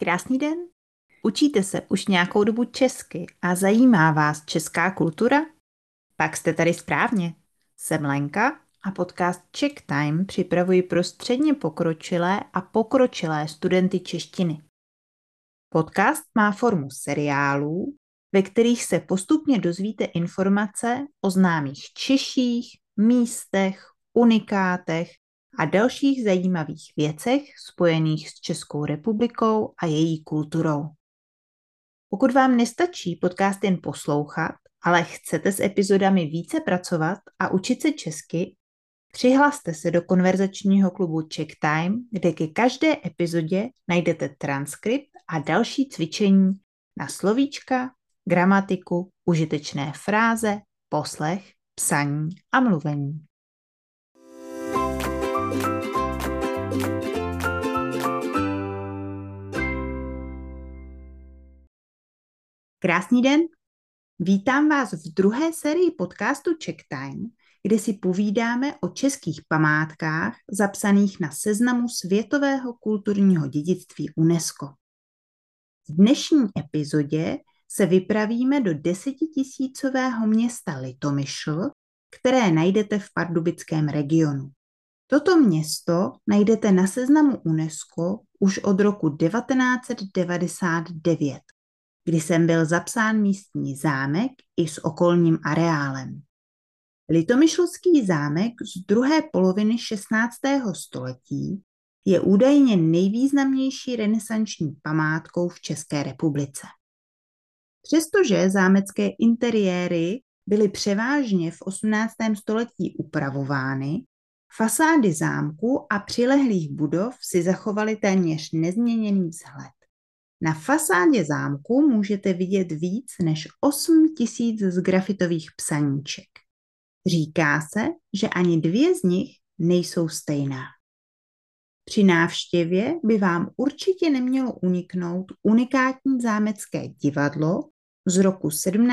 Krásný den. Učíte se už nějakou dobu česky a zajímá vás česká kultura? Pak jste tady správně. Jsem Lenka a podcast Czech Time připravuji pro středně pokročilé a pokročilé studenty češtiny. Podcast má formu seriálů, ve kterých se postupně dozvíte informace o známých Češích, místech, unikátech a dalších zajímavých věcech spojených s Českou republikou a její kulturou. Pokud vám nestačí podcast jen poslouchat, ale chcete s epizodami více pracovat a učit se česky, přihlaste se do konverzačního klubu Czech Time, kde ke každé epizodě najdete transkript a další cvičení na slovíčka, gramatiku, užitečné fráze, poslech, psaní a mluvení. Krásný den! Vítám vás v druhé sérii podcastu Czech Time, kde si povídáme o českých památkách zapsaných na seznamu Světového kulturního dědictví UNESCO. V dnešní epizodě se vypravíme do 10tisícového města Litomyšl, které najdete v Pardubickém regionu. Toto město najdete na seznamu UNESCO už od roku 1999, kdy sem byl zapsán místní zámek i s okolním areálem. Litomyšlský zámek z druhé poloviny 16. století je údajně nejvýznamnější renesanční památkou v České republice. Přestože zámecké interiéry byly převážně v 18. století upravovány, fasády zámku a přilehlých budov si zachovaly téměř nezměněný vzhled. Na fasádě zámku můžete vidět víc než 8 000 grafitových psaníček. Říká se, že ani 2 z nich nejsou stejná. Při návštěvě by vám určitě nemělo uniknout unikátní zámecké divadlo z roku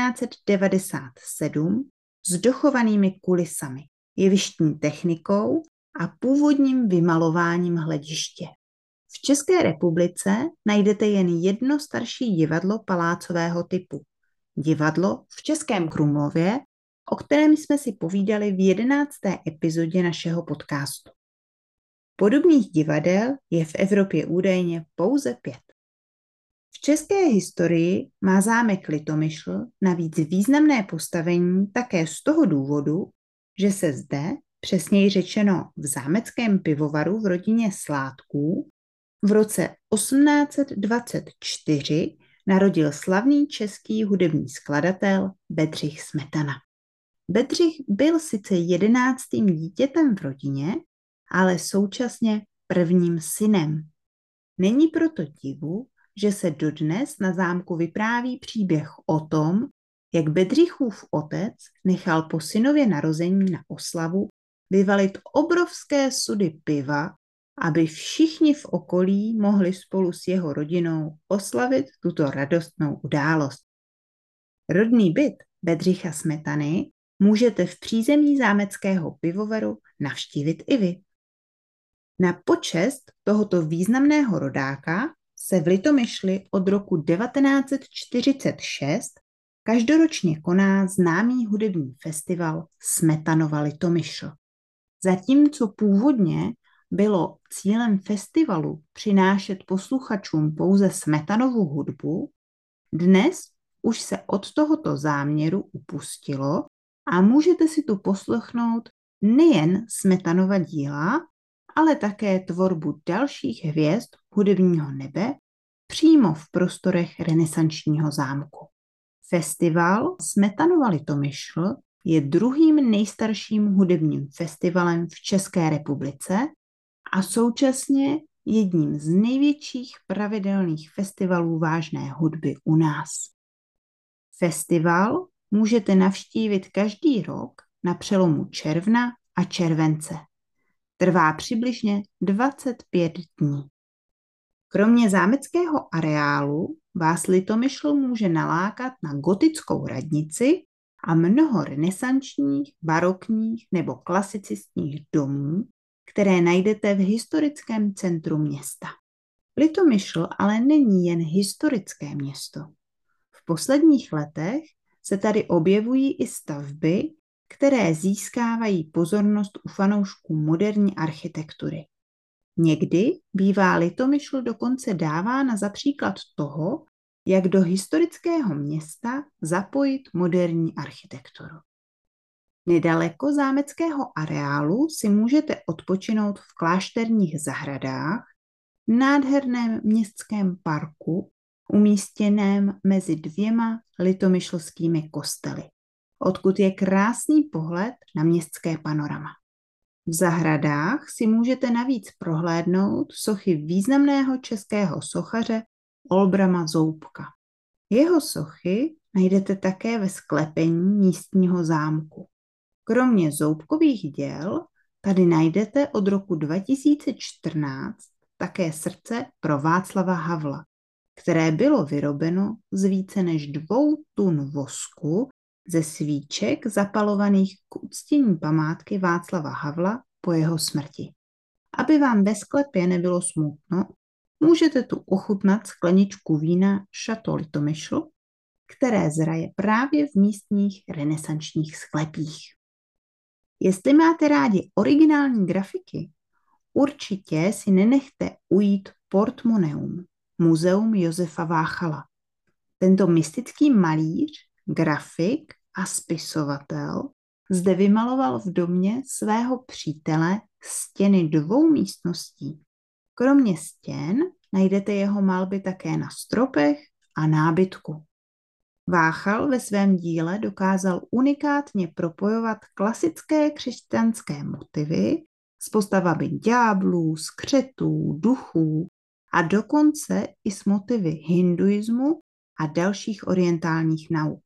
1797 s dochovanými kulisami, jevištní technikou a původním vymalováním hlediště. V České republice najdete jen jedno starší divadlo palácového typu. Divadlo v Českém Krumlově, o kterém jsme si povídali v 11. epizodě našeho podcastu. Podobných divadel je v Evropě údajně pouze 5. V české historii má zámek Litomyšl navíc významné postavení také z toho důvodu, že se zde, přesněji řečeno v zámeckém pivovaru v rodině Sládků, v roce 1824 narodil slavný český hudební skladatel Bedřich Smetana. Bedřich byl sice 11. dítětem v rodině, ale současně prvním synem. Není proto divu, že se dodnes na zámku vypráví příběh o tom, jak Bedřichův otec nechal po synově narození na oslavu vyvalit obrovské sudy piva, aby všichni v okolí mohli spolu s jeho rodinou oslavit tuto radostnou událost. Rodný byt Bedřicha Smetany můžete v přízemí zámeckého pivovaru navštívit i vy. Na počest tohoto významného rodáka se v Litomyšli od roku 1946 každoročně koná známý hudební festival Smetanova Litomyšl. Zatímco původně bylo cílem festivalu přinášet posluchačům pouze Smetanovu hudbu, dnes už se od tohoto záměru upustilo a můžete si tu poslechnout nejen Smetanova díla, ale také tvorbu dalších hvězd hudebního nebe přímo v prostorech renesančního zámku. Festival Smetanova Litomyšl je druhým nejstarším hudebním festivalem v České republice a současně jedním z největších pravidelných festivalů vážné hudby u nás. Festival můžete navštívit každý rok na přelomu června a července. Trvá přibližně 25 dní. Kromě zámeckého areálu vás Litomyšl může nalákat na gotickou radnici a mnoho renesančních, barokních nebo klasicistních domů, které najdete v historickém centru města. Litomyšl ale není jen historické město. V posledních letech se tady objevují i stavby, které získávají pozornost u fanoušků moderní architektury. Někdy bývá Litomyšl dokonce dávána za příklad toho, jak do historického města zapojit moderní architekturu. Nedaleko zámeckého areálu si můžete odpočinout v klášterních zahradách, nádherném městském parku, umístěném mezi dvěma litomyšlskými kostely, odkud je krásný pohled na městské panorama. V zahradách si můžete navíc prohlédnout sochy významného českého sochaře Olbrama Zoubka. Jeho sochy najdete také ve sklepení místního zámku. Kromě Zoubkových děl tady najdete od roku 2014 také srdce pro Václava Havla, které bylo vyrobeno z více než 2 tun vosku ze svíček zapalovaných k uctění památky Václava Havla po jeho smrti. Aby vám ve sklepě nebylo smutno, můžete tu ochutnat skleničku vína Chateau Litomyšl, které zraje právě v místních renesančních sklepích. Jestli máte rádi originální grafiky, určitě si nenechte ujít Portmoneum, muzeum Josefa Váchala. Tento mystický malíř, grafik a spisovatel zde vymaloval v domě svého přítele stěny 2 místností. Kromě stěn najdete jeho malby také na stropech a nábytku. Váchal ve svém díle dokázal unikátně propojovat klasické křesťanské motivy s postavami ďáblů, skřetů, duchů a dokonce i s motivy hinduismu a dalších orientálních nauk.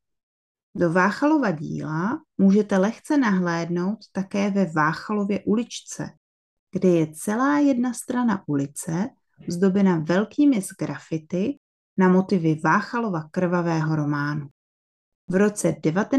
Do Váchalova díla můžete lehce nahlédnout také ve Váchalově uličce, kde je celá jedna strana ulice zdobena velkými sgrafity na motivy Váchalova krvavého románu. V roce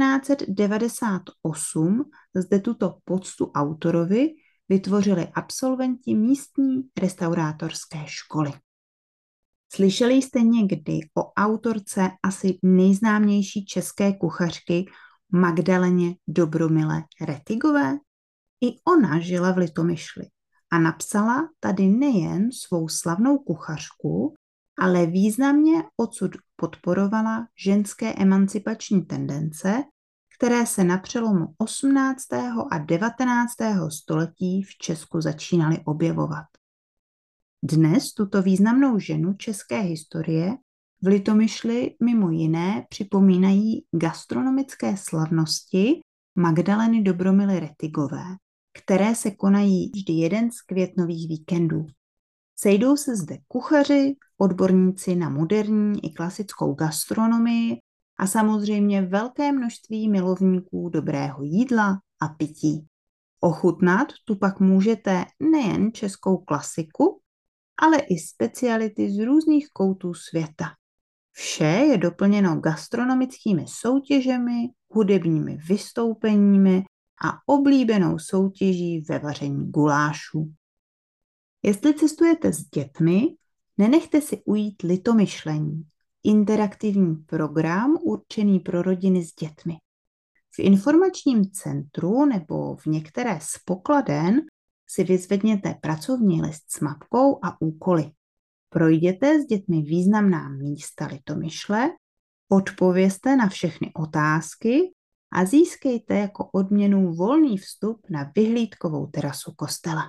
1998 zde tuto poctu autorovi vytvořili absolventi místní restaurátorské školy. Slyšeli jste někdy o autorce asi nejznámější české kuchařky Magdaleně Dobromile Rettigové? I ona žila v Litomyšli a napsala tady nejen svou slavnou kuchařku, ale významně odsud podporovala ženské emancipační tendence, které se na přelomu 18. a 19. století v Česku začínaly objevovat. Dnes tuto významnou ženu české historie v Litomyšli mimo jiné připomínají gastronomické slavnosti Magdaleny Dobromily Rettigové, které se konají vždy jeden z květnových víkendů. Sejdou se zde kuchaři, odborníci na moderní i klasickou gastronomii a samozřejmě velké množství milovníků dobrého jídla a pití. Ochutnat tu pak můžete nejen českou klasiku, ale i speciality z různých koutů světa. Vše je doplněno gastronomickými soutěžemi, hudebními vystoupeními a oblíbenou soutěží ve vaření gulášů. Jestli cestujete s dětmi, nenechte si ujít Litomyšlení, interaktivní program určený pro rodiny s dětmi. V informačním centru nebo v některé z pokladen si vyzvedněte pracovní list s mapkou a úkoly. Projděte s dětmi významná místa Litomyšle, odpovězte na všechny otázky a získejte jako odměnu volný vstup na vyhlídkovou terasu kostela.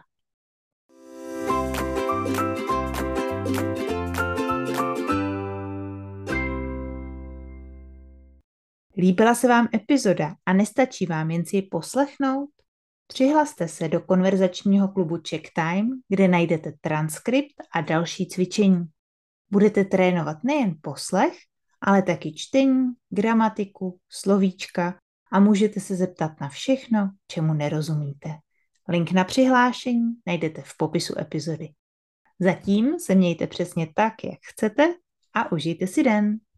Líbila se vám epizoda a nestačí vám jen si ji poslechnout? Přihlaste se do konverzačního klubu Czech Time, kde najdete transkript a další cvičení. Budete trénovat nejen poslech, ale taky čtení, gramatiku, slovíčka a můžete se zeptat na všechno, čemu nerozumíte. Link na přihlášení najdete v popisu epizody. Zatím se mějte přesně tak, jak chcete a užijte si den.